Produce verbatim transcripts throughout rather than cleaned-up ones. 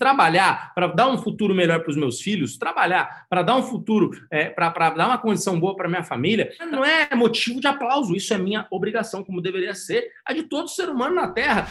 trabalhar para dar um futuro melhor para os meus filhos, trabalhar para dar um futuro, é, para dar uma condição boa para minha família, não é motivo de aplauso. Isso é minha obrigação, como deveria ser a de todo ser humano na Terra.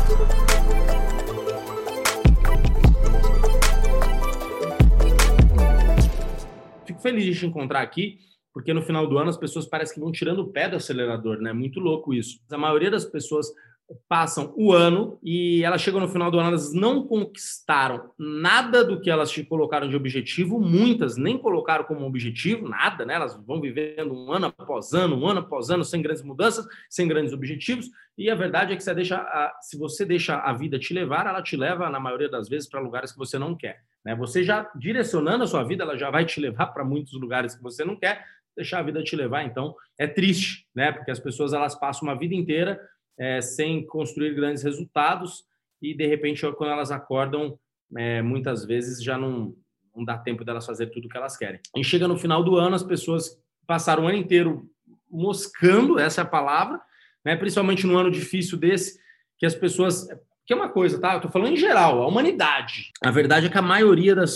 Fico feliz de te encontrar aqui, porque no final do ano as pessoas parecem que vão tirando o pé do acelerador, né? Muito louco isso. A maioria das pessoas passam o ano e elas chegam no final do ano, elas não conquistaram nada do que elas te colocaram de objetivo, muitas nem colocaram como objetivo, nada, né? Elas vão vivendo um ano após ano, um ano após ano, sem grandes mudanças, sem grandes objetivos, e a verdade é que você deixa a, se você deixa a vida te levar, ela te leva, na maioria das vezes, para lugares que você não quer, né? Você já direcionando a sua vida, ela já vai te levar para muitos lugares que você não quer. Deixar a vida te levar, então, é triste, né? Porque as pessoas elas passam uma vida inteira É, sem construir grandes resultados e, de repente, quando elas acordam, é, muitas vezes já não, não dá tempo delas fazer tudo o que elas querem. E chega no final do ano, as pessoas passaram o ano inteiro moscando, essa é a palavra, né? Principalmente num ano difícil desse, que as pessoas... Que é uma coisa, tá? Eu tô falando em geral, a humanidade. A verdade é que a maioria das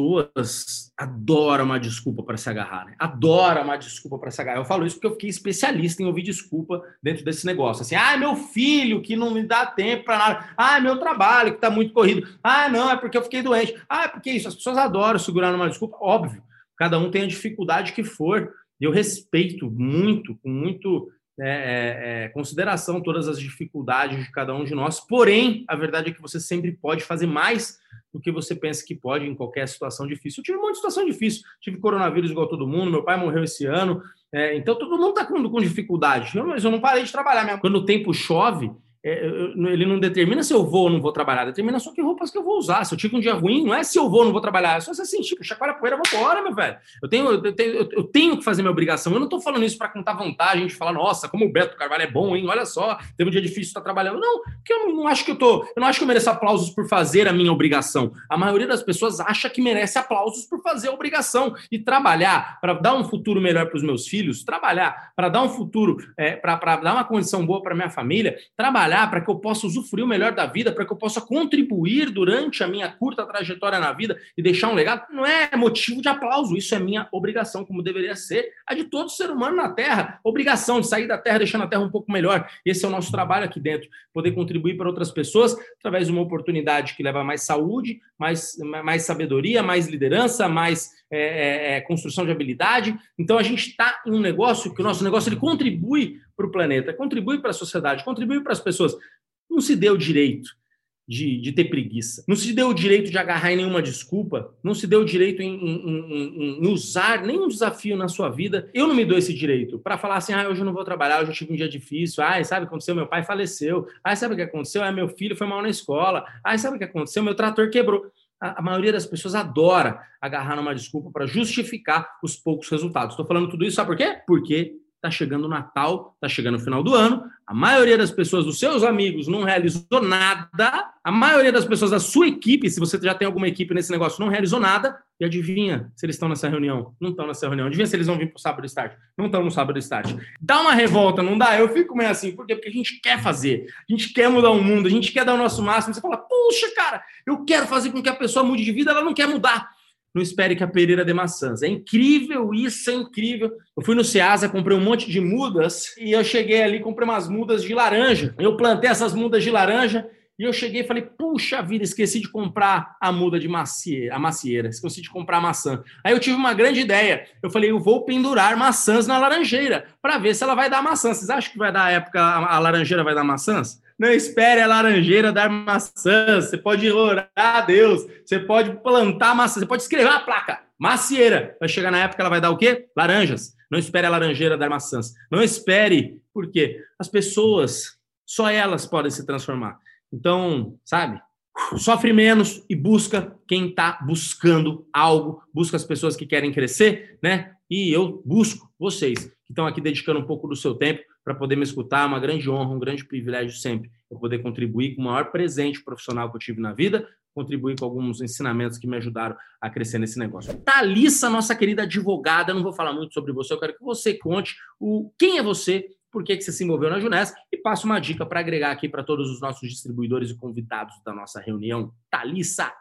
pessoas adora uma desculpa para se agarrar, né? Adora uma desculpa para se agarrar. Eu falo isso porque eu fiquei especialista em ouvir desculpa dentro desse negócio. Assim, ah, meu filho que não me dá tempo para nada. Ah, meu trabalho que tá muito corrido. Ah, não, é porque eu fiquei doente. Ah, é porque isso. As pessoas adoram segurar numa desculpa. Óbvio, cada um tem a dificuldade que for. Eu respeito muito, com muito... É, é, é, consideração todas as dificuldades de cada um de nós, porém, a verdade é que você sempre pode fazer mais do que você pensa que pode em qualquer situação difícil. Eu tive uma situação difícil, tive coronavírus igual todo mundo, meu pai morreu esse ano, é, então todo mundo está com, com dificuldade, eu, mas eu não parei de trabalhar mesmo. Quando o tempo chove, é, eu, ele não determina se eu vou ou não vou trabalhar, determina só que roupas que eu vou usar. Se eu tive um dia ruim, não é se eu vou ou não vou trabalhar, é só você assim, tipo, chacoalha a poeira, vou embora, meu velho. Eu tenho, eu, tenho, eu tenho que fazer minha obrigação. Eu não estou falando isso para contar vantagem, de falar, nossa, como o Beto Carvalho é bom, hein? Olha só, teve um dia difícil, está trabalhando. Não, porque eu não, não acho que eu tô, eu não acho que eu mereço aplausos por fazer a minha obrigação. A maioria das pessoas acha que merece aplausos por fazer a obrigação e trabalhar para dar um futuro melhor para os meus filhos, trabalhar para dar um futuro, é, para dar uma condição boa para minha família, trabalhar para que eu possa usufruir o melhor da vida, para que eu possa contribuir durante a minha curta trajetória na vida e deixar um legado, não é motivo de aplauso. Isso é minha obrigação, como deveria ser a de todo ser humano na Terra. Obrigação de sair da Terra, deixando a Terra um pouco melhor. Esse é o nosso trabalho aqui dentro, poder contribuir para outras pessoas através de uma oportunidade que leva mais saúde, mais, mais sabedoria, mais liderança, mais é, é, construção de habilidade. Então a gente está em um negócio que o nosso negócio ele contribui para o planeta, contribui para a sociedade, contribui para as pessoas. Não se deu o direito de, de ter preguiça. Não se deu o direito de agarrar em nenhuma desculpa. Não se deu o direito em, em, em, em usar nenhum desafio na sua vida. Eu não me dou esse direito para falar assim, ah, hoje eu não vou trabalhar, hoje eu tive um dia difícil. Ah, sabe o que aconteceu? Meu pai faleceu. Ah, sabe o que aconteceu? Ah, meu filho foi mal na escola. Ah, sabe o que aconteceu? Meu trator quebrou. A, a maioria das pessoas adora agarrar numa desculpa para justificar os poucos resultados. Estou falando tudo isso, sabe por quê? Porque está chegando o Natal, está chegando o final do ano, a maioria das pessoas, dos seus amigos, não realizou nada, a maioria das pessoas da sua equipe, se você já tem alguma equipe nesse negócio, não realizou nada, e adivinha se eles estão nessa reunião? Não estão nessa reunião. Adivinha se eles vão vir para o sábado start? Não estão no sábado start. Dá uma revolta, não dá? Eu fico meio assim, por quê? Porque a gente quer fazer, a gente quer mudar o mundo, a gente quer dar o nosso máximo, você fala, puxa, cara, eu quero fazer com que a pessoa mude de vida, ela não quer mudar. Não espere que a pereira dê maçãs. É incrível isso, é incrível. Eu fui no Ceasa, comprei um monte de mudas e eu cheguei ali, comprei umas mudas de laranja. Eu plantei essas mudas de laranja e eu cheguei e falei, puxa vida, esqueci de comprar a muda de macieira, a macieira, esqueci de comprar a maçã. Aí eu tive uma grande ideia. Eu falei, eu vou pendurar maçãs na laranjeira para ver se ela vai dar maçã. Vocês acham que vai dar época, a laranjeira vai dar maçãs? Não espere a laranjeira dar maçãs. Você pode orar a Deus. Você pode plantar maçã. Você pode escrever a placa. Macieira. Vai chegar na época, ela vai dar o quê? Laranjas. Não espere a laranjeira dar maçãs. Não espere. Por quê? As pessoas, só elas podem se transformar. Então, sabe? Sofre menos e busca quem está buscando algo. Busca as pessoas que querem crescer, né? E eu busco vocês que estão aqui dedicando um pouco do seu tempo para poder me escutar. É uma grande honra, um grande privilégio sempre eu poder contribuir com o maior presente profissional que eu tive na vida, contribuir com alguns ensinamentos que me ajudaram a crescer nesse negócio. Thalissa, nossa querida advogada, eu não vou falar muito sobre você, eu quero que você conte o quem é você, por que você se envolveu na Junesc e passe uma dica para agregar aqui para todos os nossos distribuidores e convidados da nossa reunião. Thalissa,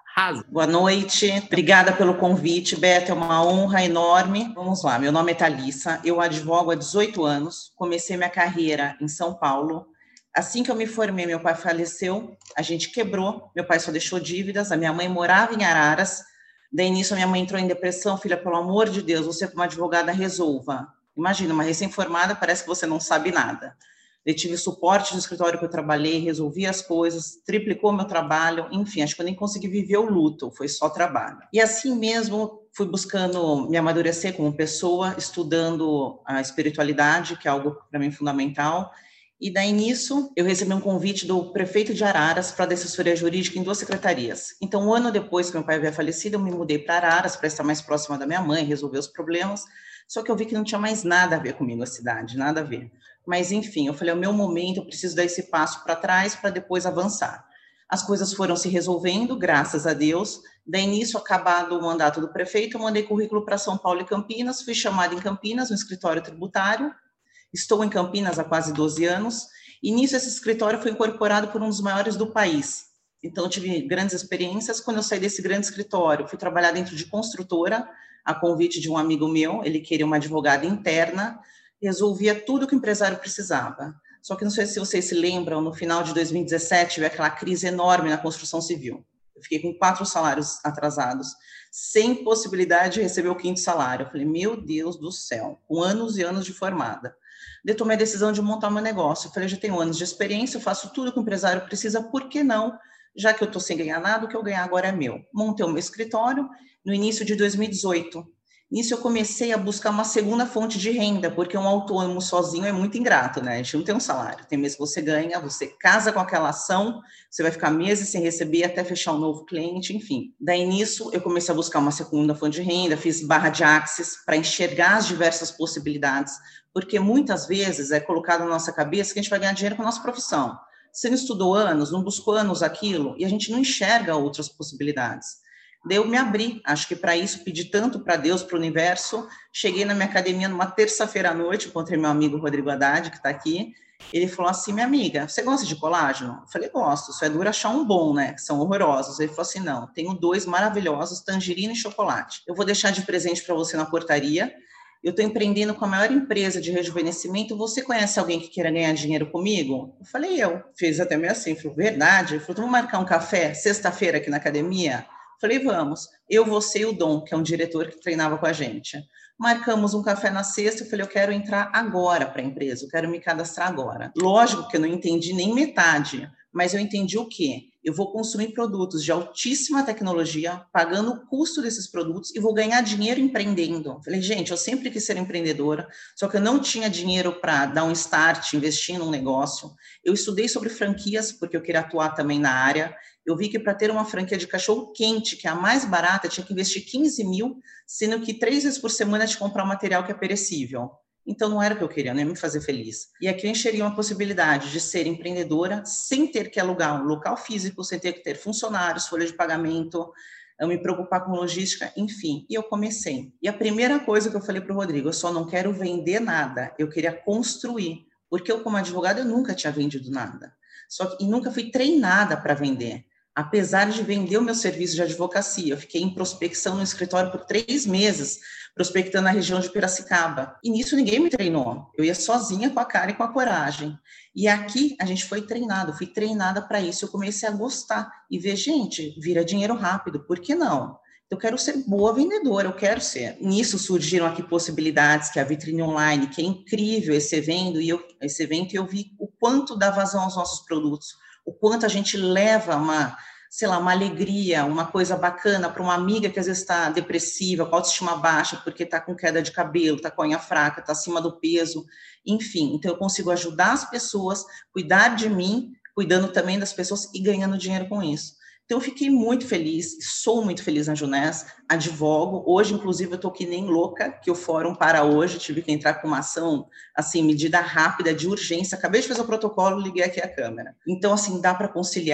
Raso. Boa noite, obrigada pelo convite, Beto, é uma honra enorme. Vamos lá, meu nome é Thalissa, eu advogo há dezoito anos, comecei minha carreira em São Paulo. Assim que eu me formei, meu pai faleceu, a gente quebrou, meu pai só deixou dívidas, a minha mãe morava em Araras, daí nisso a minha mãe entrou em depressão, filha, pelo amor de Deus, você como advogada resolva. Imagina, uma recém-formada, parece que você não sabe nada. Eu tive suporte do escritório que eu trabalhei, resolvi as coisas, triplicou meu trabalho, enfim, acho que eu nem consegui viver o luto, foi só trabalho. E assim mesmo, fui buscando me amadurecer como pessoa, estudando a espiritualidade, que é algo para mim fundamental, e daí nisso, eu recebi um convite do prefeito de Araras para dar assessoria jurídica em duas secretarias. Então, um ano depois que meu pai havia falecido, eu me mudei para Araras para estar mais próxima da minha mãe, resolver os problemas, só que eu vi que não tinha mais nada a ver comigo a cidade, nada a ver. Mas, enfim, eu falei, é o meu momento, eu preciso dar esse passo para trás para depois avançar. As coisas foram se resolvendo, graças a Deus. Daí, nisso, acabado o mandato do prefeito, eu mandei currículo para São Paulo e Campinas, fui chamada em Campinas, no escritório tributário. Estou em Campinas há quase doze anos, e nisso esse escritório foi incorporado por um dos maiores do país. Então, eu tive grandes experiências. Quando eu saí desse grande escritório, fui trabalhar dentro de construtora, a convite de um amigo meu, ele queria uma advogada interna, resolvia tudo que o empresário precisava. Só que não sei se vocês se lembram, no final de dois mil e dezessete, veio aquela crise enorme na construção civil. Eu fiquei com quatro salários atrasados, sem possibilidade de receber o quinto salário. Eu falei, meu Deus do céu, com anos e anos de formada. Eu tomei a decisão de montar meu negócio. Eu falei, já tenho anos de experiência, eu faço tudo que o empresário precisa, por que não? Já que eu estou sem ganhar nada, o que eu ganhar agora é meu. Montei o meu escritório no início de dois mil e dezoito. Nisso eu comecei a buscar uma segunda fonte de renda, porque um autônomo sozinho é muito ingrato, né? A gente não tem um salário. Tem mês que você ganha, você casa com aquela ação, você vai ficar meses sem receber até fechar um novo cliente, enfim. Daí nisso eu comecei a buscar uma segunda fonte de renda, fiz barra de Axis para enxergar as diversas possibilidades, porque muitas vezes é colocado na nossa cabeça que a gente vai ganhar dinheiro com a nossa profissão. Você não estudou anos, não buscou anos aquilo, e a gente não enxerga outras possibilidades. Daí eu me abri, acho que para isso pedi tanto para Deus, para o universo. Cheguei na minha academia numa terça-feira à noite, encontrei meu amigo Rodrigo Haddad, que está aqui. Ele falou assim, minha amiga, você gosta de colágeno? Eu falei, gosto, só é duro achar um bom, né, que são horrorosos. Ele falou assim, não, tenho dois maravilhosos, tangerina e chocolate. Eu vou deixar de presente para você na portaria. Eu estou empreendendo com a maior empresa de rejuvenescimento, você conhece alguém que queira ganhar dinheiro comigo? Eu falei, eu. Fez até meio assim, falou, verdade? Ele falou, vamos marcar um café sexta-feira aqui na academia? Falei, vamos. Eu, você e o Dom, que é um diretor que treinava com a gente. Marcamos um café na sexta, eu falei, eu quero entrar agora para a empresa, eu quero me cadastrar agora. Lógico que eu não entendi nem metade, mas eu entendi o quê? Eu vou consumir produtos de altíssima tecnologia, pagando o custo desses produtos e vou ganhar dinheiro empreendendo. Falei, gente, eu sempre quis ser empreendedora, só que eu não tinha dinheiro para dar um start, investir num negócio. Eu estudei sobre franquias, porque eu queria atuar também na área. Eu vi que para ter uma franquia de cachorro quente, que é a mais barata, tinha que investir quinze mil, sendo que três vezes por semana de comprar um material que é perecível. Então, não era o que eu queria, não ia me fazer feliz. E aqui eu enxerguei uma possibilidade de ser empreendedora sem ter que alugar um local físico, sem ter que ter funcionários, folha de pagamento, eu me preocupar com logística, enfim. E eu comecei. E a primeira coisa que eu falei para o Rodrigo, eu só não quero vender nada, eu queria construir. Porque eu, como advogada, eu nunca tinha vendido nada. Só que, e nunca fui treinada para vender. Apesar de vender o meu serviço de advocacia, eu fiquei em prospecção no escritório por três meses, prospectando na região de Piracicaba. E nisso ninguém me treinou. Eu ia sozinha com a cara e com a coragem. E aqui a gente foi treinado, fui treinada para isso. Eu comecei a gostar e ver, gente, vira dinheiro rápido, por que não? Eu quero ser boa vendedora, eu quero ser. Nisso surgiram aqui possibilidades, que é a vitrine online, que é incrível esse evento, e eu, esse evento, e eu vi o quanto dá vazão aos nossos produtos, o quanto a gente leva uma, sei lá, uma alegria, uma coisa bacana para uma amiga que às vezes está depressiva, com autoestima baixa, porque está com queda de cabelo, está com a unha fraca, está acima do peso, enfim. Então, eu consigo ajudar as pessoas, cuidar de mim, cuidando também das pessoas e ganhando dinheiro com isso. Então, eu fiquei muito feliz, sou muito feliz na Junés, advogo. Hoje, inclusive, eu estou que nem louca, que o fórum para hoje, tive que entrar com uma ação, assim, medida rápida, de urgência. Acabei de fazer o protocolo, liguei aqui a câmera. Então, assim, dá para conciliar,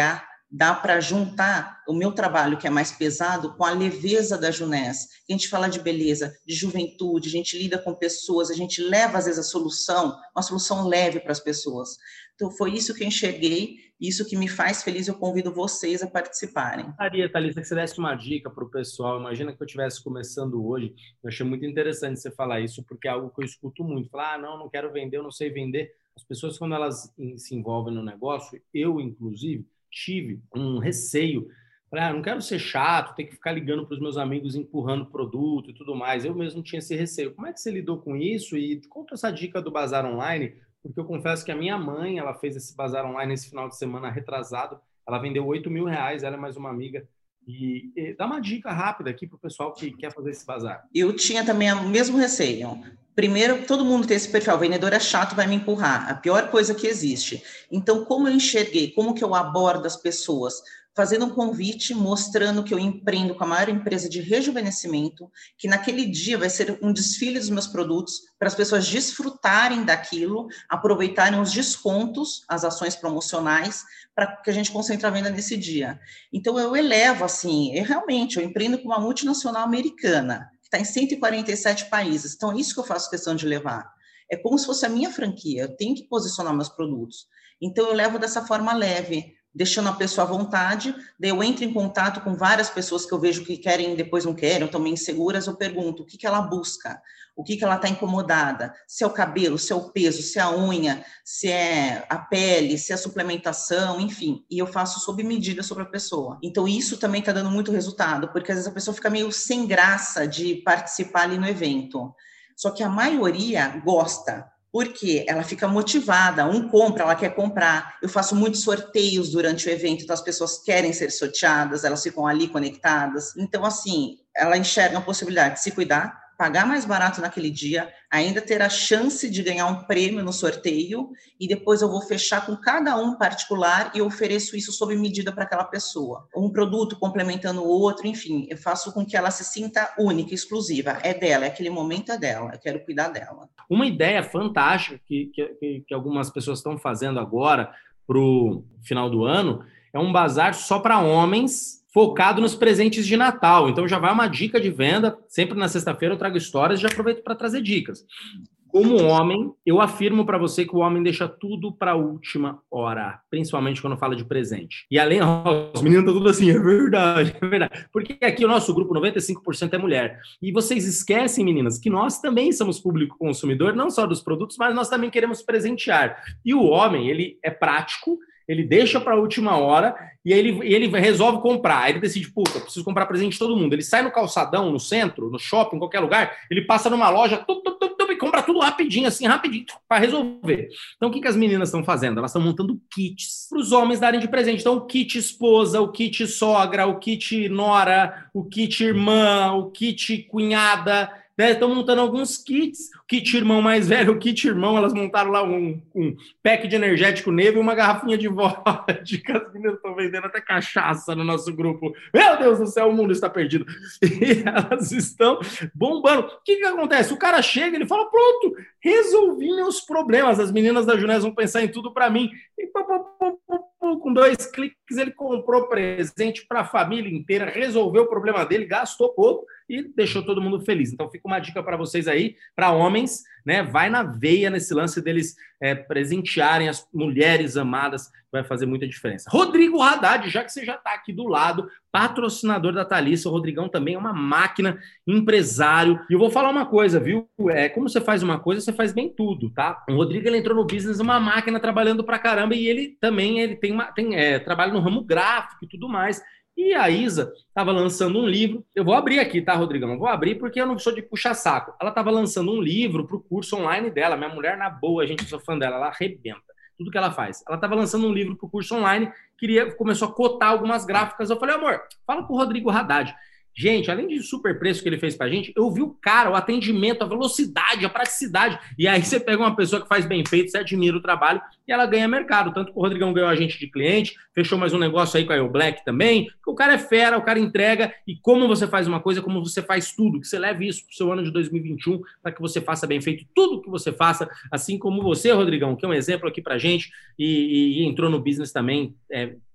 dá para juntar o meu trabalho, que é mais pesado, com a leveza da Junés. A gente fala de beleza, de juventude, a gente lida com pessoas, a gente leva, às vezes, a solução, uma solução leve para as pessoas. Então, foi isso que eu enxerguei, isso que me faz feliz, eu convido vocês a participarem. Maria, Thalissa, que você desse uma dica para o pessoal. Imagina que eu estivesse começando hoje. Eu achei muito interessante você falar isso, porque é algo que eu escuto muito. Falar, ah, não, não quero vender, eu não sei vender. As pessoas, quando elas se envolvem no negócio, eu, inclusive, tive um receio. Falei, ah, não quero ser chato, ter que ficar ligando para os meus amigos, empurrando produto e tudo mais. Eu mesmo tinha esse receio. Como é que você lidou com isso? E conta essa dica do Bazar Online, porque eu confesso que a minha mãe, ela fez esse Bazar Online esse final de semana retrasado. Ela vendeu oito mil reais, ela é mais uma amiga. E, e dá uma dica rápida aqui para o pessoal que quer fazer esse bazar. Eu tinha também o mesmo receio. Primeiro, todo mundo tem esse perfil, o vendedor é chato, vai me empurrar, a pior coisa que existe. Então, como eu enxerguei, como que eu abordo as pessoas? Fazendo um convite, mostrando que eu empreendo com a maior empresa de rejuvenescimento, que naquele dia vai ser um desfile dos meus produtos, para as pessoas desfrutarem daquilo, aproveitarem os descontos, as ações promocionais, para que a gente concentre a venda nesse dia. Então, eu elevo, assim, eu realmente, eu empreendo com uma multinacional americana, que está em cento e quarenta e sete países. Então, é isso que eu faço questão de levar. É como se fosse a minha franquia, eu tenho que posicionar meus produtos. Então, eu levo dessa forma leve, deixando a pessoa à vontade, daí eu entro em contato com várias pessoas que eu vejo que querem, depois não querem, estão meio inseguras, eu pergunto o que, que ela busca, o que, que ela está incomodada, se é o cabelo, se é o peso, se é a unha, se é a pele, se é a suplementação, enfim, e eu faço sob medida sobre a pessoa. Então isso também está dando muito resultado, porque às vezes a pessoa fica meio sem graça de participar ali no evento, só que a maioria gosta, porque ela fica motivada, um compra, ela quer comprar. Eu faço muitos sorteios durante o evento, então as pessoas querem ser sorteadas, elas ficam ali conectadas. Então, assim, ela enxerga a possibilidade de se cuidar, pagar mais barato naquele dia, ainda ter a chance de ganhar um prêmio no sorteio, e depois eu vou fechar com cada um particular e ofereço isso sob medida para aquela pessoa. Um produto complementando o outro, enfim, eu faço com que ela se sinta única, exclusiva. É dela, é aquele momento é dela, eu quero cuidar dela. Uma ideia fantástica que, que, que algumas pessoas estão fazendo agora para o final do ano é um bazar só para homens, focado nos presentes de Natal. Então já vai uma dica de venda. Sempre na sexta-feira eu trago histórias e já aproveito para trazer dicas. Como homem, eu afirmo para você que o homem deixa tudo para a última hora, principalmente quando fala de presente. E além, ó, os meninos estão tudo assim, é verdade, é verdade. Porque aqui o nosso grupo, noventa e cinco por cento é mulher. E vocês esquecem, meninas, que nós também somos público consumidor, não só dos produtos, mas nós também queremos presentear. E o homem, ele é prático, ele deixa para a última hora e ele, e ele resolve comprar. Aí ele decide, puta, preciso comprar presente de todo mundo. Ele sai no calçadão, no centro, no shopping, em qualquer lugar, ele passa numa loja, tup, tup, tup, tup, e compra tudo rapidinho, assim, rapidinho, para resolver. Então, o que, que as meninas estão fazendo? Elas estão montando kits para os homens darem de presente. Então, o kit esposa, o kit sogra, o kit nora, o kit irmã, o kit cunhada. Estão montando alguns kits, o kit irmão mais velho, o kit irmão, elas montaram lá um, um pack de energético neve e uma garrafinha de vodka. As meninas estão vendendo até cachaça no nosso grupo. Meu Deus do céu, o mundo está perdido. E elas estão bombando. O que, que acontece? O cara chega, ele fala, pronto, resolvi meus problemas. As meninas da Junés vão pensar em tudo para mim. E pô, pô, pô, pô, com dois cliques ele comprou presente para a família inteira, resolveu o problema dele, gastou pouco e deixou todo mundo feliz. Então fica uma dica para vocês aí, para homens, né? Vai na veia nesse lance deles é, presentearem as mulheres amadas, vai fazer muita diferença. Rodrigo Haddad, já que você já está aqui do lado, patrocinador da Thalissa, o Rodrigão também é uma máquina, empresário. E eu vou falar uma coisa, viu? É, como você faz uma coisa, você faz bem tudo, tá? O Rodrigo, ele entrou no business uma máquina trabalhando pra caramba e ele também ele tem, uma, tem é, trabalho no ramo gráfico e tudo mais. E a Isa estava lançando um livro. Eu vou abrir aqui, tá, Rodrigão? Eu vou abrir porque eu não sou de puxar saco. Ela estava lançando um livro para o curso online dela. Minha mulher, na boa, a gente, eu sou fã dela, ela arrebenta tudo que ela faz. Ela estava lançando um livro para o curso online, queria, começou a cotar algumas gráficas. Eu falei, amor, fala com o Rodrigo Haddad. Gente, além de super preço que ele fez pra gente, eu vi o cara, o atendimento, a velocidade, a praticidade. E aí você pega uma pessoa que faz bem feito, você admira o trabalho e ela ganha mercado. Tanto que o Rodrigão ganhou a gente de cliente, fechou mais um negócio aí com a El Black também. O cara é fera, o cara entrega. E como você faz uma coisa, como você faz tudo. Que você leve isso pro seu ano de dois mil e vinte e um para que você faça bem feito tudo que você faça. Assim como você, Rodrigão, que é um exemplo aqui pra gente e, e, e entrou no business também, é,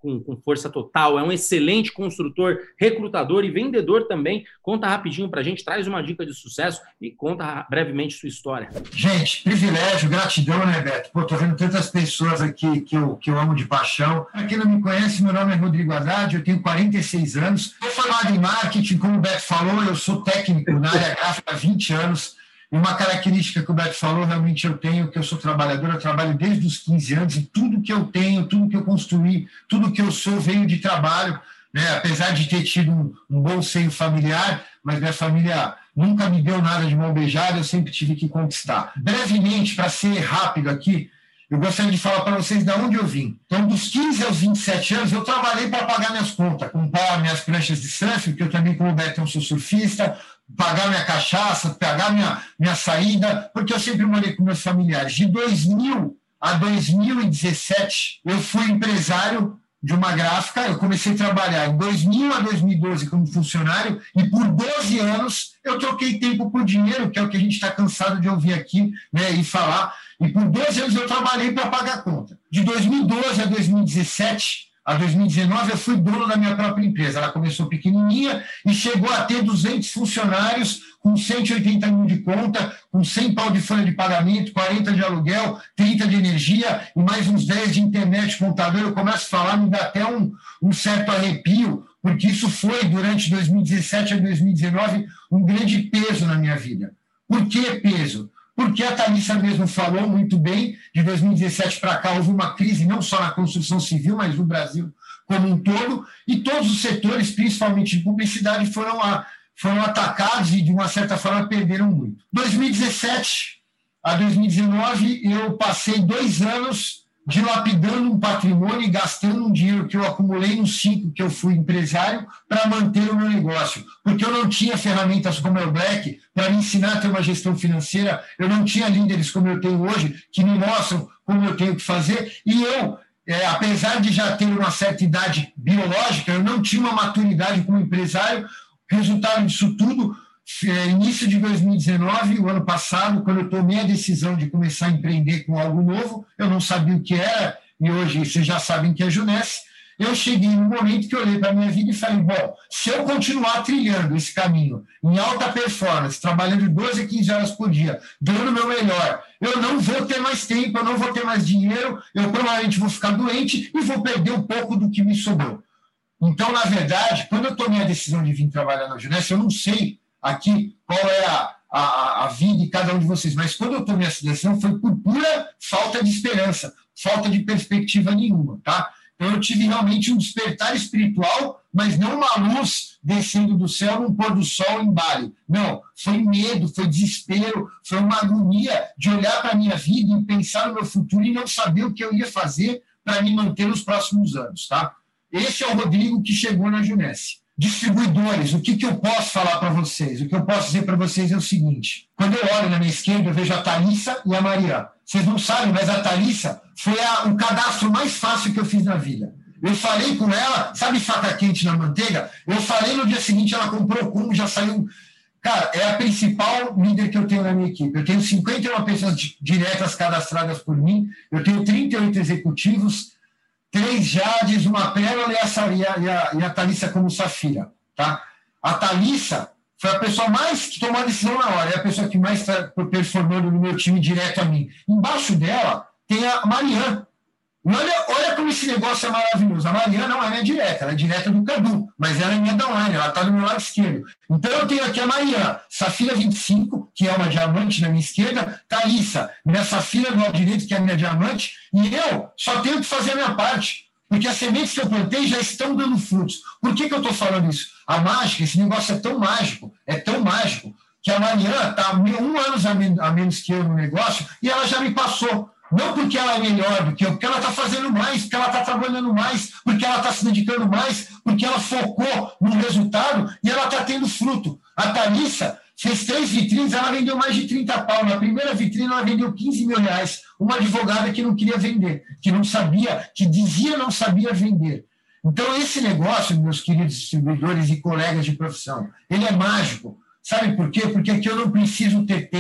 com, com força total, é um excelente construtor, recrutador e vendedor também. Conta rapidinho para a gente, traz uma dica de sucesso e conta brevemente sua história. Gente, privilégio, gratidão, né, Beto? Pô, tô vendo tantas pessoas aqui que eu, que eu amo de paixão. Para quem não me conhece, meu nome é Rodrigo Haddad, eu tenho quarenta e seis anos. Sou formado em marketing, como o Beto falou, eu sou técnico na área gráfica há vinte anos. E uma característica que o Beto falou, realmente eu tenho, que eu sou trabalhador, eu trabalho desde os quinze anos e tudo que eu tenho, tudo que eu construí, tudo que eu sou veio de trabalho, né? Apesar de ter tido um, um bom seio familiar, mas minha família nunca me deu nada de mão beijada, eu sempre tive que conquistar. Brevemente, para ser rápido aqui, eu gostaria de falar para vocês de onde eu vim. Então, dos quinze aos vinte e sete anos, eu trabalhei para pagar minhas contas, comprar minhas pranchas de surf, porque eu também, como o Beto, sou surfista, pagar minha cachaça, pagar minha, minha saída, porque eu sempre morei com meus familiares. De dois mil a dois mil e dezessete, eu fui empresário de uma gráfica, eu comecei a trabalhar em dois mil a dois mil e doze como funcionário, e por doze anos eu troquei tempo por dinheiro, que é o que a gente está cansado de ouvir aqui, né, e falar, e por doze anos eu trabalhei para pagar a conta. De dois mil e doze a dois mil e dezessete, a dois mil e dezenove, eu fui dono da minha própria empresa. Ela começou pequenininha e chegou a ter duzentos funcionários, com cento e oitenta mil de conta, com cem pau de folha de pagamento, quarenta de aluguel, trinta de energia e mais uns dez de internet, computador. Eu começo a falar, me dá até um, um certo arrepio, porque isso foi, durante dois mil e dezessete a dois mil e dezenove, um grande peso na minha vida. Por que peso? Porque a Thalissa mesmo falou muito bem, de dois mil e dezessete para cá houve uma crise não só na construção civil, mas no Brasil como um todo, e todos os setores, principalmente de publicidade, foram, a, foram atacados e, de uma certa forma, perderam muito. dois mil e dezessete a dois mil e dezenove, eu passei dois anos dilapidando um patrimônio e gastando um dinheiro que eu acumulei nos cinco que eu fui empresário para manter o meu negócio, porque eu não tinha ferramentas como o Black para me ensinar a ter uma gestão financeira, eu não tinha líderes como eu tenho hoje, que me mostram como eu tenho que fazer, e eu, é, apesar de já ter uma certa idade biológica, eu não tinha uma maturidade como empresário. Resultado disso tudo, é, início de dois mil e dezenove, o ano passado, quando eu tomei a decisão de começar a empreender com algo novo, eu não sabia o que era, e hoje vocês já sabem que é Junesse. Eu cheguei num momento que eu olhei para a minha vida e falei, bom, se eu continuar trilhando esse caminho em alta performance, trabalhando doze, quinze horas por dia, dando o meu melhor, eu não vou ter mais tempo, eu não vou ter mais dinheiro, eu provavelmente vou ficar doente e vou perder um pouco do que me sobrou. Então, na verdade, quando eu tomei a decisão de vir trabalhar na Junesse, eu não sei aqui qual é a, a, a vida de cada um de vocês, mas quando eu tomei essa decisão foi por pura falta de esperança, falta de perspectiva nenhuma, tá? Então eu tive realmente um despertar espiritual, mas não uma luz descendo do céu num pôr do sol em Bali. Não, foi medo, foi desespero, foi uma agonia de olhar para a minha vida e pensar no meu futuro e não saber o que eu ia fazer para me manter nos próximos anos, tá? Esse é o Rodrigo que chegou na Junesse. Distribuidores, o que, que eu posso falar para vocês? O que eu posso dizer para vocês é o seguinte: quando eu olho na minha esquerda, eu vejo a Thalissa e a Mariana. Vocês não sabem, mas a Thalissa foi a, o cadastro mais fácil que eu fiz na vida. Eu falei com ela, sabe faca quente na manteiga? Eu falei no dia seguinte, ela comprou como, já saiu. Cara, é a principal líder que eu tenho na minha equipe. Eu tenho cinquenta e uma pessoas diretas cadastradas por mim, eu tenho trinta e oito executivos, três Jades, uma Pérola e a, e a, e a Thalissa como Safira. Tá? A Thalissa foi a pessoa mais que tomou a decisão na hora, é a pessoa que mais está performando no meu time direto a mim. Embaixo dela tem a Mariana. E olha, olha como esse negócio é maravilhoso. A Mariana não é minha direta, ela é direta do Cadu, mas ela é minha downline, ela está do meu lado esquerdo. Então eu tenho aqui a Mariana, Safira vinte e cinco, que é uma diamante na minha esquerda, Thalissa, minha Safira do lado direito, que é a minha diamante, e eu só tenho que fazer a minha parte, porque as sementes que eu plantei já estão dando frutos. Por que, que eu estou falando isso? A mágica, esse negócio é tão mágico, é tão mágico, que a Mariana está um ano a menos que eu no negócio, e ela já me passou. Não porque ela é melhor do que eu, porque ela está fazendo mais, porque ela está trabalhando mais, porque ela está se dedicando mais, porque ela focou no resultado e ela está tendo fruto. A Thalissa fez três vitrines, ela vendeu mais de trinta pau. Na primeira vitrine, ela vendeu quinze mil reais. Uma advogada que não queria vender, que não sabia, que dizia não sabia vender. Então, esse negócio, meus queridos distribuidores e colegas de profissão, ele é mágico. Sabe por quê? Porque aqui eu não preciso ter tempo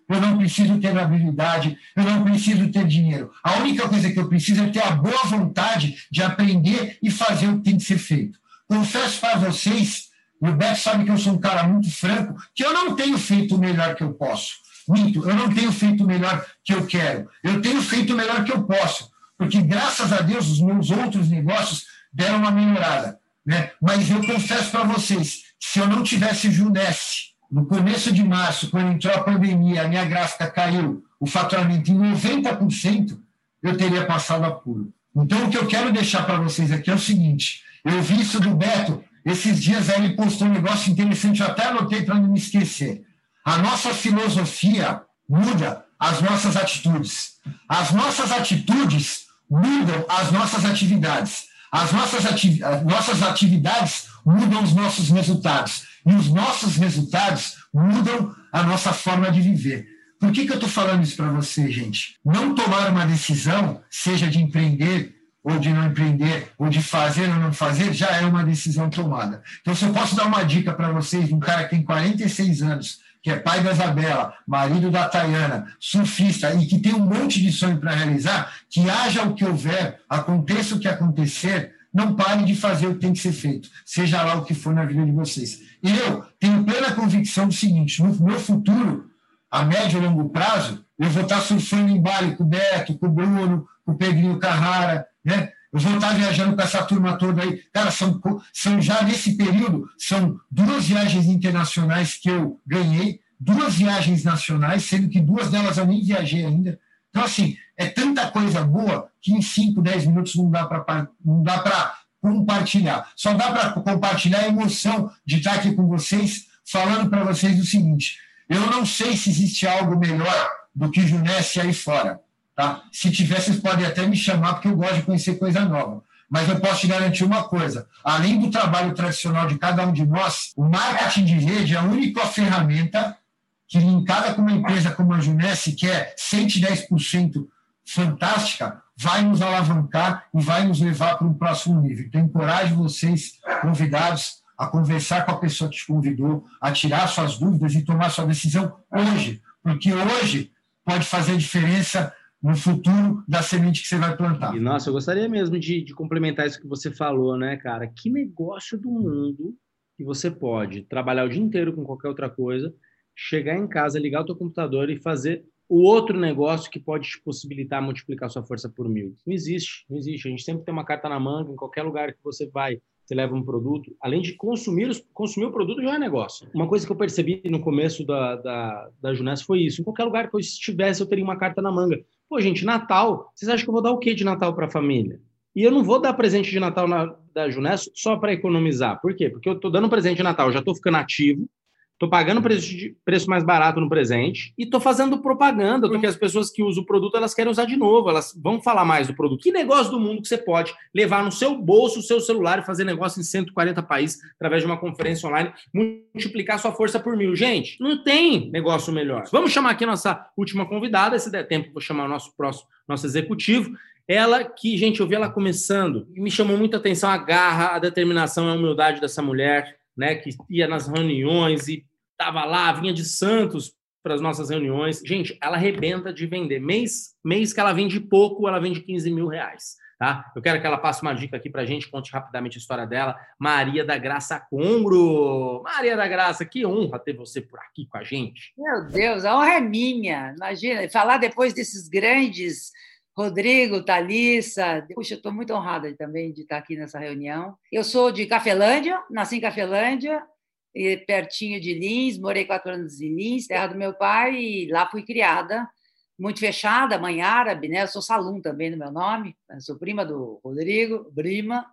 eu não preciso ter habilidade, eu não preciso ter dinheiro. A única coisa que eu preciso é ter a boa vontade de aprender e fazer o que tem que ser feito. Confesso para vocês, o Beto sabe que eu sou um cara muito franco, que eu não tenho feito o melhor que eu posso. Minto, eu não tenho feito o melhor que eu quero. Eu tenho feito o melhor que eu posso, porque, graças a Deus, os meus outros negócios deram uma melhorada, né? Mas eu confesso para vocês, se eu não tivesse Junesse, no começo de março, quando entrou a pandemia, a minha gráfica caiu, o faturamento em noventa por cento, eu teria passado apuro. Então, o que eu quero deixar para vocês aqui é o seguinte, eu vi isso do Beto, esses dias aí ele postou um negócio interessante, eu até anotei para não me esquecer. A nossa filosofia muda as nossas atitudes. As nossas atitudes mudam as nossas atividades. As nossas, ati- as nossas atividades mudam os nossos resultados. E os nossos resultados mudam a nossa forma de viver. Por que, que eu estou falando isso para você, gente? Não tomar uma decisão, seja de empreender ou de não empreender, ou de fazer ou não fazer, já é uma decisão tomada. Então, se eu posso dar uma dica para vocês, um cara que tem quarenta e seis anos, que é pai da Isabela, marido da Tayana, surfista, e que tem um monte de sonho para realizar, que haja o que houver, aconteça o que acontecer, não parem de fazer o que tem que ser feito, seja lá o que for na vida de vocês. E eu tenho plena convicção do seguinte, no meu futuro, a médio e longo prazo, eu vou estar surfando em Bali com o Beto, com o Bruno, com o Pedrinho Carrara, né? Eu vou estar viajando com essa turma toda aí. Cara, são, são já nesse período, são duas viagens internacionais que eu ganhei, duas viagens nacionais, sendo que duas delas eu nem viajei ainda. Então, assim, é tanta coisa boa que em cinco, dez minutos não dá para não dá para compartilhar. Só dá para compartilhar a emoção de estar aqui com vocês, falando para vocês o seguinte, eu não sei se existe algo melhor do que Junesse aí fora. Tá? Se tiver, vocês podem até me chamar, porque eu gosto de conhecer coisa nova. Mas eu posso te garantir uma coisa, além do trabalho tradicional de cada um de nós, o marketing de rede é a única ferramenta que, linkada com uma empresa como a Junesse, que é cento e dez por cento fantástica, vai nos alavancar e vai nos levar para um próximo nível. Então, encorajo vocês, convidados, a conversar com a pessoa que te convidou, a tirar suas dúvidas e tomar sua decisão hoje, porque hoje pode fazer diferença no futuro da semente que você vai plantar. E, nossa, eu gostaria mesmo de, de complementar isso que você falou, né, cara? Que negócio do mundo que você pode trabalhar o dia inteiro com qualquer outra coisa, chegar em casa, ligar o teu computador e fazer o outro negócio que pode te possibilitar multiplicar sua força por mil. Não existe, não existe. A gente sempre tem uma carta na manga, em qualquer lugar que você vai, você leva um produto. Além de consumir, os, consumir o produto já é negócio. Uma coisa que eu percebi no começo da, da, da Junesse foi isso. Em qualquer lugar que eu estivesse, eu teria uma carta na manga. Pô, gente, Natal, vocês acham que eu vou dar o quê de Natal para a família? E eu não vou dar presente de Natal na, da Junesse só para economizar. Por quê? Porque eu estou dando presente de Natal, já estou ficando ativo, estou pagando preço, de, preço mais barato no presente e estou fazendo propaganda, porque as pessoas que usam o produto, elas querem usar de novo, elas vão falar mais do produto. Que negócio do mundo que você pode levar no seu bolso o seu celular e fazer negócio em cento e quarenta países através de uma conferência online, multiplicar sua força por mil? Gente, não tem negócio melhor. Vamos chamar aqui a nossa última convidada, se der tempo, vou chamar o nosso próximo, nosso executivo. Ela que, gente, eu vi ela começando e me chamou muita atenção a garra, a determinação e a humildade dessa mulher, né, que ia nas reuniões e estava lá, vinha de Santos para as nossas reuniões. Gente, ela arrebenta de vender. Mês, mês que ela vende pouco, ela vende quinze mil reais. Tá? Eu quero que ela passe uma dica aqui para a gente, conte rapidamente a história dela. Maria da Graça Congro. Maria da Graça, que honra ter você por aqui com a gente. Meu Deus, a honra é minha. Imagina, falar depois desses grandes... Rodrigo, Thalissa, puxa, estou muito honrada também de estar aqui nessa reunião. Eu sou de Cafelândia, nasci em Cafelândia, pertinho de Lins, morei quatro anos em Lins, terra do meu pai, e lá fui criada, muito fechada, mãe árabe, né? Eu sou Salum também no meu nome, eu sou prima do Rodrigo, Brima,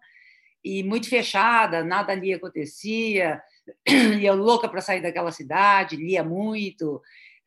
e muito fechada, nada ali acontecia, e eu louca para sair daquela cidade, lia muito,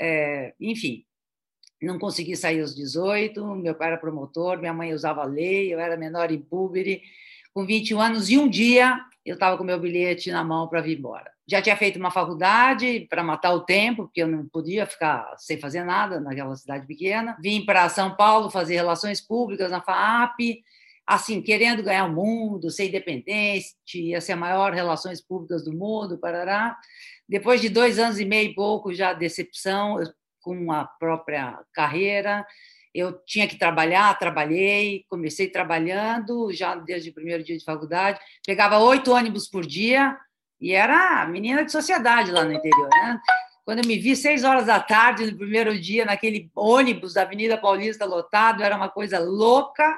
é, enfim. Não consegui sair aos dezoito, meu pai era promotor, minha mãe usava lei, eu era menor em púbere, com vinte e um anos, e um dia eu estava com meu bilhete na mão para vir embora. Já tinha feito uma faculdade para matar o tempo, porque eu não podia ficar sem fazer nada naquela cidade pequena. Vim para São Paulo fazer relações públicas na FAAP, assim, querendo ganhar o mundo, ser independente, ia ser a maior relações públicas do mundo, parará. Depois de dois anos e meio e pouco já decepção, eu com a própria carreira. Eu tinha que trabalhar, trabalhei, comecei trabalhando já desde o primeiro dia de faculdade, pegava oito ônibus por dia e era menina de sociedade lá no interior, né? Quando eu me vi seis horas da tarde no primeiro dia, naquele ônibus da Avenida Paulista lotado, era uma coisa louca,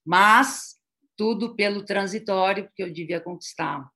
mas tudo pelo transitório, porque eu devia conquistar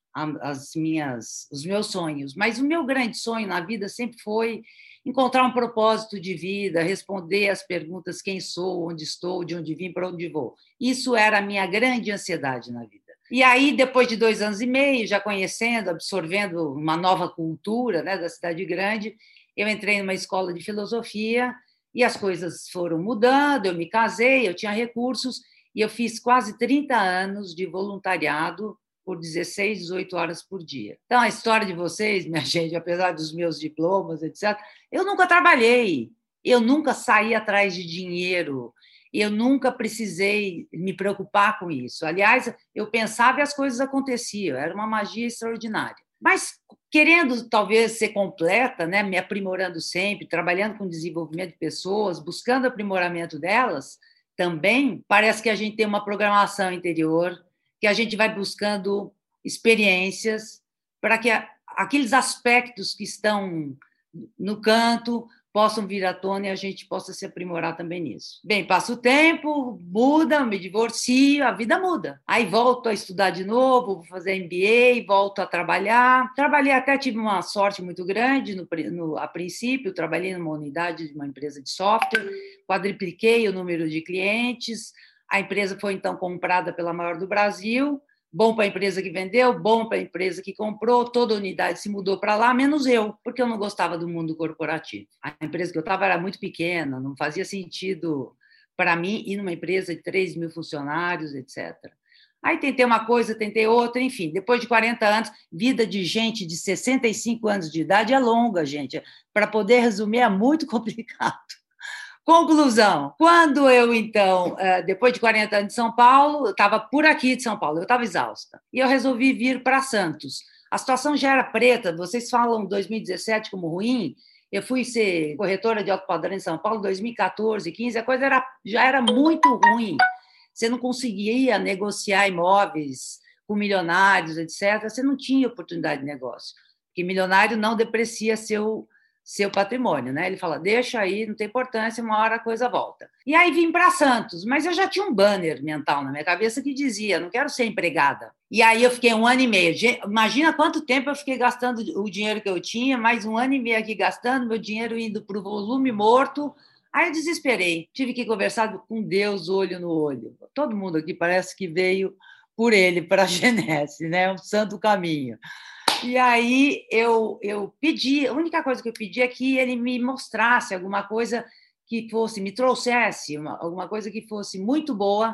as minhas, os meus sonhos. Mas o meu grande sonho na vida sempre foi encontrar um propósito de vida, responder as perguntas: quem sou, onde estou, de onde vim, para onde vou. Isso era a minha grande ansiedade na vida. E aí, depois de dois anos e meio, já conhecendo, absorvendo uma nova cultura, né, da cidade grande, eu entrei numa escola de filosofia e as coisas foram mudando, eu me casei, eu tinha recursos e eu fiz quase trinta anos de voluntariado por dezesseis, dezoito horas por dia. Então, a história de vocês, minha gente, apesar dos meus diplomas, etcétera, eu nunca trabalhei, eu nunca saí atrás de dinheiro, eu nunca precisei me preocupar com isso. Aliás, eu pensava e as coisas aconteciam, era uma magia extraordinária. Mas, querendo talvez ser completa, né, me aprimorando sempre, trabalhando com desenvolvimento de pessoas, buscando aprimoramento delas, também parece que a gente tem uma programação interior, que a gente vai buscando experiências para que aqueles aspectos que estão no canto possam vir à tona e a gente possa se aprimorar também nisso. Bem, passa o tempo, muda, me divorcio, a vida muda. Aí volto a estudar de novo, vou fazer M B A, volto a trabalhar. Trabalhei até, tive uma sorte muito grande no, no, a princípio, trabalhei numa unidade de uma empresa de software, quadripliquei o número de clientes, a empresa foi, então, comprada pela maior do Brasil, bom para a empresa que vendeu, bom para a empresa que comprou, toda a unidade se mudou para lá, menos eu, porque eu não gostava do mundo corporativo. A empresa que eu estava era muito pequena, não fazia sentido para mim ir numa empresa de três mil funcionários, etcétera. Aí tentei uma coisa, tentei outra, enfim, depois de quarenta anos, vida de gente de sessenta e cinco anos de idade é longa, gente. Para poder resumir, é muito complicado. Conclusão, quando eu, então, depois de quarenta anos de São Paulo, eu estava por aqui de São Paulo, eu estava exausta, e eu resolvi vir para Santos. A situação já era preta, vocês falam dois mil e dezessete como ruim, eu fui ser corretora de alto padrão em São Paulo em dois mil e catorze, quinze, a coisa era, já era muito ruim, você não conseguia negociar imóveis com milionários, etcétera, você não tinha oportunidade de negócio, porque milionário não deprecia seu... seu patrimônio, né? Ele fala, deixa aí, não tem importância, uma hora a coisa volta. E aí vim para Santos, mas eu já tinha um banner mental na minha cabeça que dizia, não quero ser empregada. E aí eu fiquei um ano e meio. Imagina quanto tempo eu fiquei gastando o dinheiro que eu tinha, mais um ano e meio aqui gastando, meu dinheiro indo para o volume morto. Aí eu desesperei, tive que conversar com Deus olho no olho. Todo mundo aqui parece que veio por ele para a Genese, né? Um santo caminho. E aí eu, eu pedi, a única coisa que eu pedi é que ele me mostrasse alguma coisa que fosse, me trouxesse uma, alguma coisa que fosse muito boa,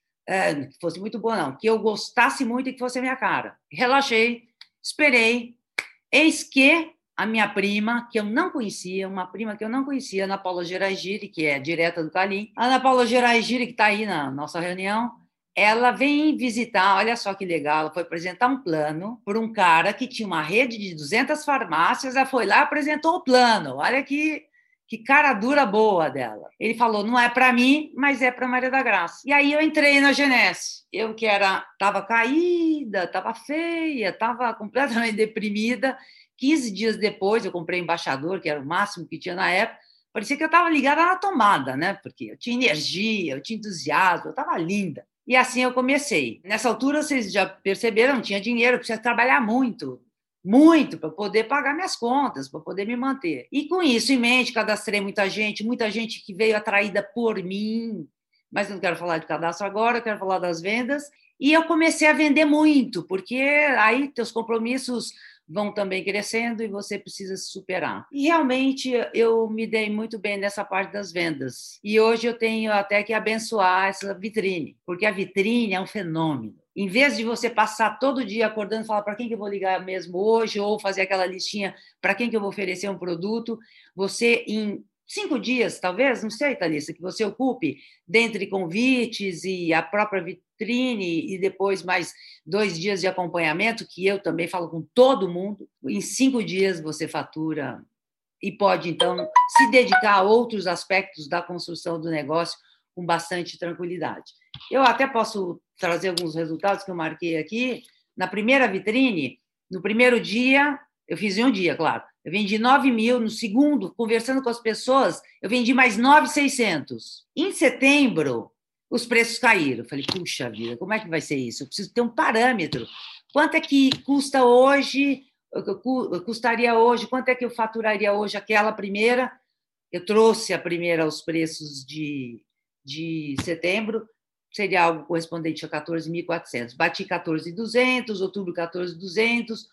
é, que fosse muito boa não, que eu gostasse muito e que fosse a minha cara. Relaxei, esperei, eis que a minha prima, que eu não conhecia, uma prima que eu não conhecia, Ana Paula Geraigiri, que é direta do Calim, a Ana Paula Geraigiri, que está aí na nossa reunião, ela vem visitar, olha só que legal, ela foi apresentar um plano por um cara que tinha uma rede de duzentas farmácias, ela foi lá e apresentou o plano, olha que, que cara dura boa dela. Ele falou, não é para mim, mas é para Maria da Graça. E aí eu entrei na Genese, eu que era, estava caída, estava feia, estava completamente deprimida, quinze dias depois eu comprei Embaixador, que era o máximo que tinha na época, parecia que eu estava ligada na tomada, né? Porque eu tinha energia, eu tinha entusiasmo, eu estava linda. E assim eu comecei. Nessa altura, vocês já perceberam, não tinha dinheiro, eu precisava trabalhar muito, muito, para poder pagar minhas contas, para poder me manter. E com isso em mente, cadastrei muita gente, muita gente que veio atraída por mim, mas não quero falar de cadastro agora, eu quero falar das vendas. E eu comecei a vender muito, porque aí teus compromissos vão também crescendo e você precisa se superar. E realmente eu me dei muito bem nessa parte das vendas. E hoje eu tenho até que abençoar essa vitrine, porque a vitrine é um fenômeno. Em vez de você passar todo dia acordando e falar para quem que eu vou ligar mesmo hoje, ou fazer aquela listinha para quem que eu vou oferecer um produto, você em cinco dias, talvez, não sei, Thalissa, que você ocupe, dentre convites e a própria vitrine e depois mais dois dias de acompanhamento, que eu também falo com todo mundo, em cinco dias você fatura e pode, então, se dedicar a outros aspectos da construção do negócio com bastante tranquilidade. Eu até posso trazer alguns resultados que eu marquei aqui. Na primeira vitrine, no primeiro dia, eu fiz em um dia, claro, eu vendi nove mil, no segundo, conversando com as pessoas, eu vendi mais nove mil e seiscentos. Em setembro, os preços caíram. Eu falei, puxa vida, como é que vai ser isso? Eu preciso ter um parâmetro. Quanto é que custa hoje, custaria hoje, quanto é que eu faturaria hoje aquela primeira? Eu trouxe a primeira aos preços de, de setembro, seria algo correspondente a quatorze mil e quatrocentos. Bati quatorze mil e duzentos, outubro quatorze mil e duzentos,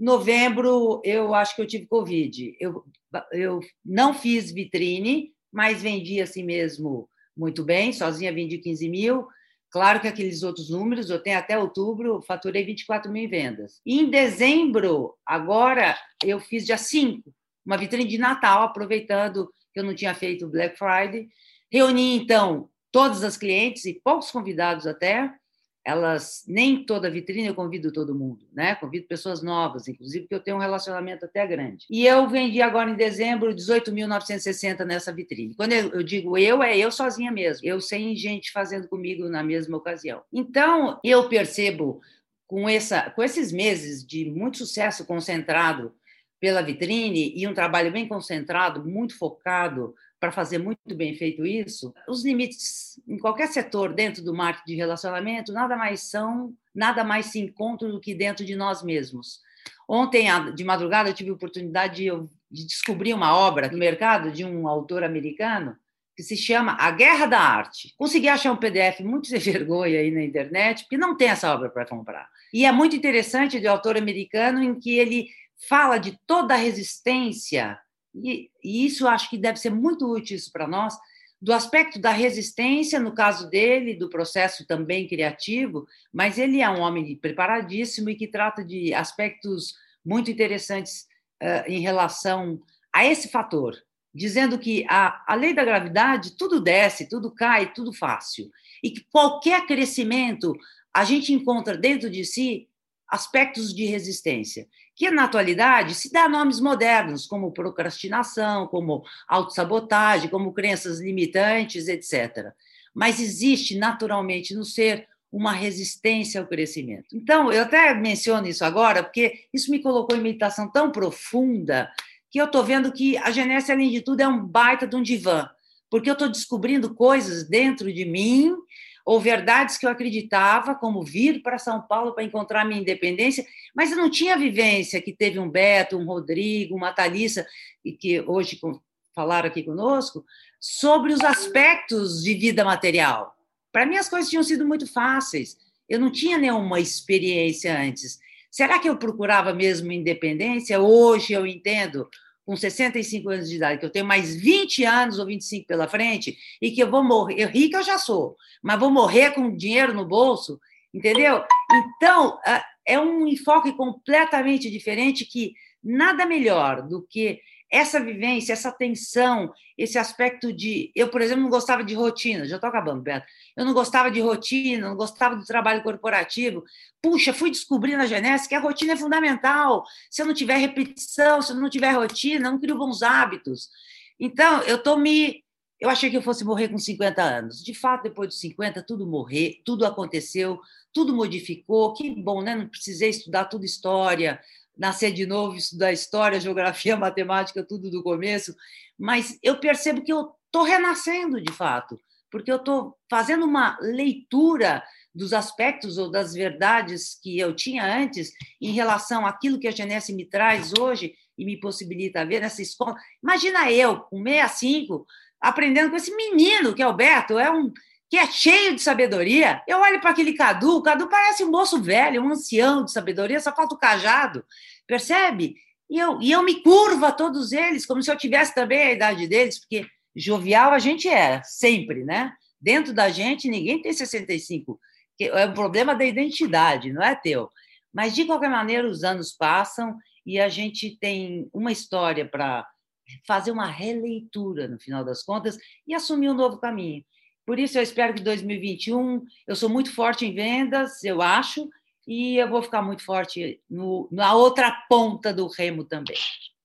novembro eu acho que eu tive Covid. Eu, eu não fiz vitrine, mas vendi assim mesmo muito bem, sozinha vendi quinze mil. Claro que aqueles outros números, eu tenho até outubro, faturei vinte e quatro mil em vendas. E em dezembro, agora, eu fiz dia cinco, uma vitrine de Natal, aproveitando que eu não tinha feito o Black Friday. Reuni, então, todas as clientes e poucos convidados até. Elas, nem toda vitrine eu convido todo mundo, né? Convido pessoas novas, inclusive, porque eu tenho um relacionamento até grande. E eu vendi agora em dezembro dezoito mil novecentos e sessenta nessa vitrine. Quando eu, eu digo eu, é eu sozinha mesmo. Eu sem gente fazendo comigo na mesma ocasião. Então, eu percebo, com, essa, com esses meses de muito sucesso concentrado pela vitrine e um trabalho bem concentrado, muito focado, para fazer muito bem feito isso, os limites em qualquer setor dentro do marketing de relacionamento nada mais são, nada mais se encontram do que dentro de nós mesmos. Ontem, de madrugada, eu tive a oportunidade de, de descobrir uma obra no mercado de um autor americano que se chama A Guerra da Arte. Consegui achar um P D F muito sem vergonha aí na internet, porque não tem essa obra para comprar. E é muito interessante, de autor americano, em que ele fala de toda a resistência. E, e isso eu acho que deve ser muito útil para nós, do aspecto da resistência, no caso dele, do processo também criativo, mas ele é um homem preparadíssimo e que trata de aspectos muito interessantes uh, em relação a esse fator, dizendo que a, a lei da gravidade, tudo desce, tudo cai, tudo fácil, e que qualquer crescimento a gente encontra dentro de si aspectos de resistência, que na atualidade se dá nomes modernos, como procrastinação, como autossabotagem, como crenças limitantes, etcétera. Mas existe naturalmente no ser uma resistência ao crescimento. Então, eu até menciono isso agora, porque isso me colocou em meditação tão profunda que eu estou vendo que a Genesse, além de tudo, é um baita de um divã, porque eu estou descobrindo coisas dentro de mim, ou verdades que eu acreditava, como vir para São Paulo para encontrar minha independência, mas eu não tinha vivência que teve um Beto, um Rodrigo, uma Thalissa, e que hoje falaram aqui conosco, sobre os aspectos de vida material. Para mim, as coisas tinham sido muito fáceis. Eu não tinha nenhuma experiência antes. Será que eu procurava mesmo independência? Hoje eu entendo, com sessenta e cinco anos de idade, que eu tenho mais vinte anos ou vinte e cinco pela frente e que eu vou morrer. Eu, rica eu já sou, mas vou morrer com dinheiro no bolso, entendeu? Então, é um enfoque completamente diferente, que nada melhor do que essa vivência, essa tensão, esse aspecto de... Eu, por exemplo, não gostava de rotina, já estou acabando, Beto. Eu não gostava de rotina, não gostava do trabalho corporativo. Puxa, fui descobrir na Genesse que a rotina é fundamental. Se eu não tiver repetição, se eu não tiver rotina, eu não crio bons hábitos. Então, eu estou me... Eu achei que eu fosse morrer com cinquenta anos. De fato, depois dos cinquenta, tudo morreu, tudo aconteceu, tudo modificou. Que bom, né? Não precisei estudar tudo história, nascer de novo, estudar história, geografia, matemática, tudo do começo, mas eu percebo que eu estou renascendo, de fato, porque eu estou fazendo uma leitura dos aspectos ou das verdades que eu tinha antes em relação àquilo que a Genesse me traz hoje e me possibilita ver nessa escola. Imagina eu, com sessenta e cinco, aprendendo com esse menino que é o Beto, é um... que é cheio de sabedoria. Eu olho para aquele Cadu, o Cadu parece um moço velho, um ancião de sabedoria, só falta o cajado, percebe? E eu, e eu me curvo a todos eles, como se eu tivesse também a idade deles, porque jovial a gente é, sempre, né? Dentro da gente, ninguém tem sessenta e cinco, que é um problema da identidade, não é teu. Mas, de qualquer maneira, os anos passam e a gente tem uma história para fazer uma releitura, no final das contas, e assumir um novo caminho. Por isso, eu espero que em dois mil e vinte e um, eu sou muito forte em vendas, eu acho, e eu vou ficar muito forte no, na outra ponta do remo também.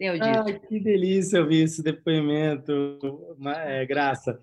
tenho dito. Ai, que delícia ouvir esse depoimento, é, Graça.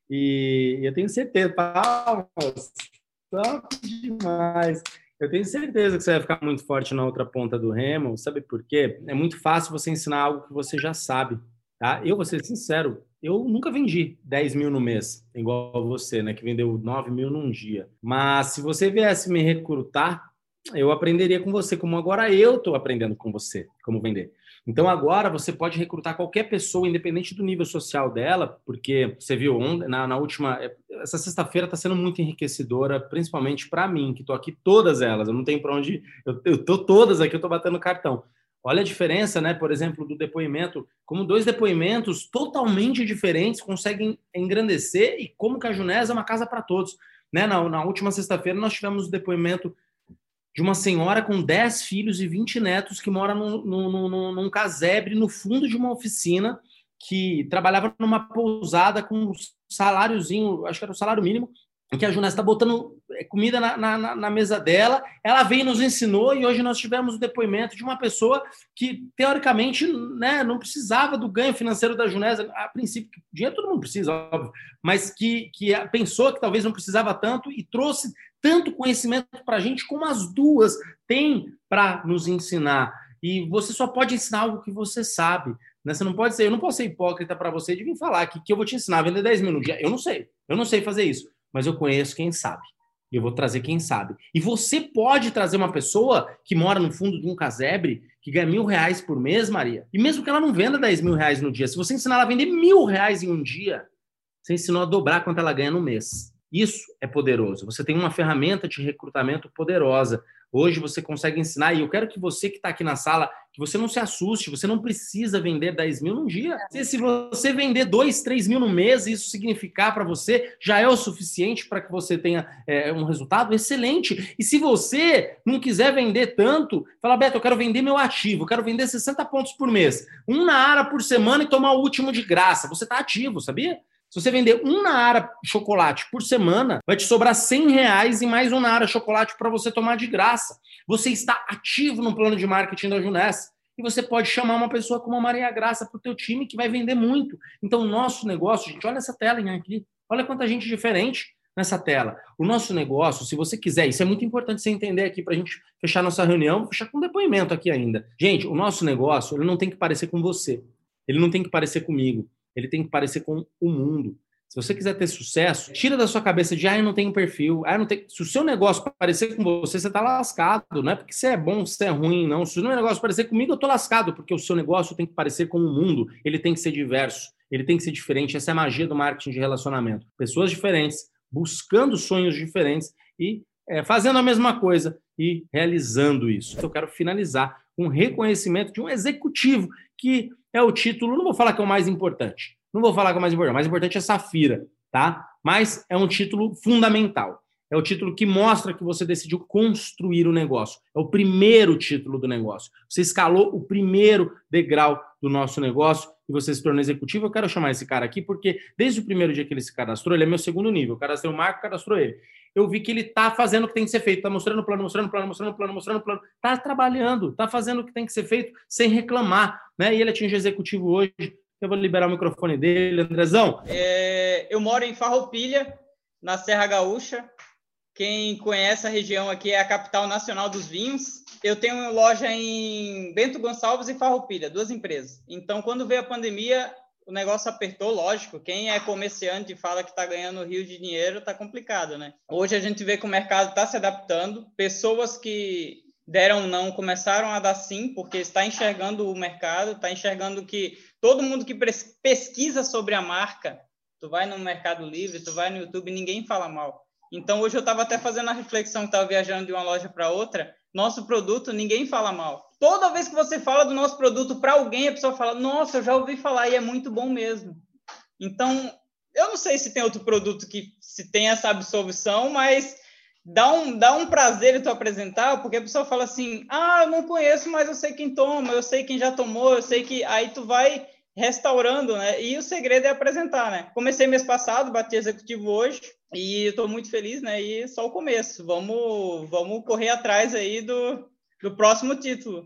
E eu tenho certeza, palmas, top demais. Eu tenho certeza que você vai ficar muito forte na outra ponta do remo. Sabe por quê? É muito fácil você ensinar algo que você já sabe, tá? Eu vou ser sincero, eu nunca vendi dez mil no mês, igual você, né? Que vendeu nove mil num dia. Mas se você viesse me recrutar, eu aprenderia com você, como agora eu estou aprendendo com você, como vender. Então, agora você pode recrutar qualquer pessoa, independente do nível social dela, porque você viu, na, na última... Essa sexta-feira está sendo muito enriquecedora, principalmente para mim, que estou aqui todas elas. Eu não tenho para onde... Eu estou todas aqui, eu estou batendo cartão. Olha a diferença, né? Por exemplo, do depoimento, como dois depoimentos totalmente diferentes conseguem engrandecer e como que a Junés é uma casa para todos. Né? Na, na última sexta-feira, nós tivemos o depoimento de uma senhora com dez filhos e vinte netos que mora num, num, num, num casebre no fundo de uma oficina, que trabalhava numa pousada com um saláriozinho, acho que era o salário mínimo, em que a Junés está botando comida na, na, na mesa dela. Ela veio e nos ensinou, e hoje nós tivemos o depoimento de uma pessoa que, teoricamente, né, não precisava do ganho financeiro da Junés. A princípio, dinheiro todo mundo precisa, óbvio, mas que, que pensou que talvez não precisava tanto e trouxe tanto conhecimento para a gente como as duas têm para nos ensinar. E você só pode ensinar algo que você sabe. Né? Você não pode ser, eu não posso ser hipócrita para você de vir falar que, que eu vou te ensinar a vender dez mil no dia. Eu não sei, eu não sei fazer isso, mas eu conheço quem sabe. E eu vou trazer quem sabe. E você pode trazer uma pessoa que mora no fundo de um casebre, que ganha mil reais por mês, Maria, e mesmo que ela não venda dez mil reais no dia, se você ensinar ela a vender mil reais em um dia, você ensinou a dobrar quanto ela ganha no mês. Isso é poderoso. Você tem uma ferramenta de recrutamento poderosa. Hoje você consegue ensinar, e eu quero que você que está aqui na sala, que você não se assuste, você não precisa vender dez mil num dia. Se, se você vender dois, três mil no mês, isso significar para você, já é o suficiente para que você tenha é, um resultado excelente. E se você não quiser vender tanto, fala, Beto, eu quero vender meu ativo, eu quero vender sessenta pontos por mês, um na Ara por semana e tomar o último de graça. Você está ativo, sabia? Se você vender um Nara chocolate por semana, vai te sobrar cem reais e mais um Nara chocolate para você tomar de graça. Você está ativo no plano de marketing da Junés. E você pode chamar uma pessoa como a Maria Graça para o teu time que vai vender muito. Então, o nosso negócio, gente, olha essa tela aqui. Olha quanta gente diferente nessa tela. O nosso negócio, se você quiser, isso é muito importante você entender aqui para a gente fechar nossa reunião, fechar com um depoimento aqui ainda. Gente, o nosso negócio, ele não tem que parecer com você. Ele não tem que parecer comigo. Ele tem que parecer com o mundo. Se você quiser ter sucesso, tira da sua cabeça de, ah, eu não tenho perfil. Ah, eu não tenho... Se o seu negócio parecer com você, você está lascado. Não é porque você é bom, você é ruim, não. Se o meu negócio parecer comigo, eu estou lascado, porque o seu negócio tem que parecer com o mundo. Ele tem que ser diverso. Ele tem que ser diferente. Essa é a magia do marketing de relacionamento. Pessoas diferentes, buscando sonhos diferentes e é, fazendo a mesma coisa e realizando isso. Eu quero finalizar com um reconhecimento de um executivo, que é o título, não vou falar que é o mais importante, não vou falar que é o mais importante, o mais importante é Safira, tá? Mas é um título fundamental, é o título que mostra que você decidiu construir o negócio, é o primeiro título do negócio, você escalou o primeiro degrau do nosso negócio e você se tornou executivo. Eu quero chamar esse cara aqui porque desde o primeiro dia que ele se cadastrou, ele é meu segundo nível, eu cadastrei o Marco, cadastrou ele. Eu vi que ele está fazendo o que tem que ser feito, está mostrando o plano, mostrando o plano, mostrando o plano, mostrando o plano, está trabalhando, está fazendo o que tem que ser feito sem reclamar, né? E ele atinge executivo hoje. Eu vou liberar o microfone dele. Andrezão. É, eu moro em Farroupilha, na Serra Gaúcha. Quem conhece a região aqui é a capital nacional dos vinhos. Eu tenho loja em Bento Gonçalves e Farroupilha, duas empresas. Então, quando veio a pandemia, o negócio apertou, lógico. Quem é comerciante e fala que está ganhando rio de dinheiro, está complicado, né? Hoje a gente vê que o mercado está se adaptando. Pessoas que deram não começaram a dar sim, porque está enxergando o mercado, está enxergando que todo mundo que pesquisa sobre a marca, tu vai no Mercado Livre, tu vai no YouTube, ninguém fala mal. Então, hoje eu estava até fazendo a reflexão, que estava viajando de uma loja para outra, nosso produto, ninguém fala mal. Toda vez que você fala do nosso produto para alguém, a pessoa fala, nossa, eu já ouvi falar e é muito bom mesmo. Então, eu não sei se tem outro produto que se tem essa absolvição, mas dá um, dá um prazer em tu apresentar, porque a pessoa fala assim, ah, eu não conheço, mas eu sei quem toma, eu sei quem já tomou, eu sei que... Aí tu vai restaurando, né? E o segredo é apresentar, né? Comecei mês passado, bati executivo hoje, e estou muito feliz, né? E só o começo. Vamos, vamos correr atrás aí do, do próximo título.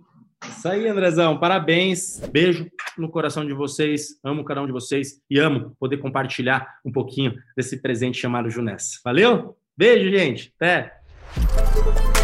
Isso aí, Andrezão. Parabéns. Beijo no coração de vocês. Amo cada um de vocês e amo poder compartilhar um pouquinho desse presente chamado Junessa. Valeu? Beijo, gente. Até.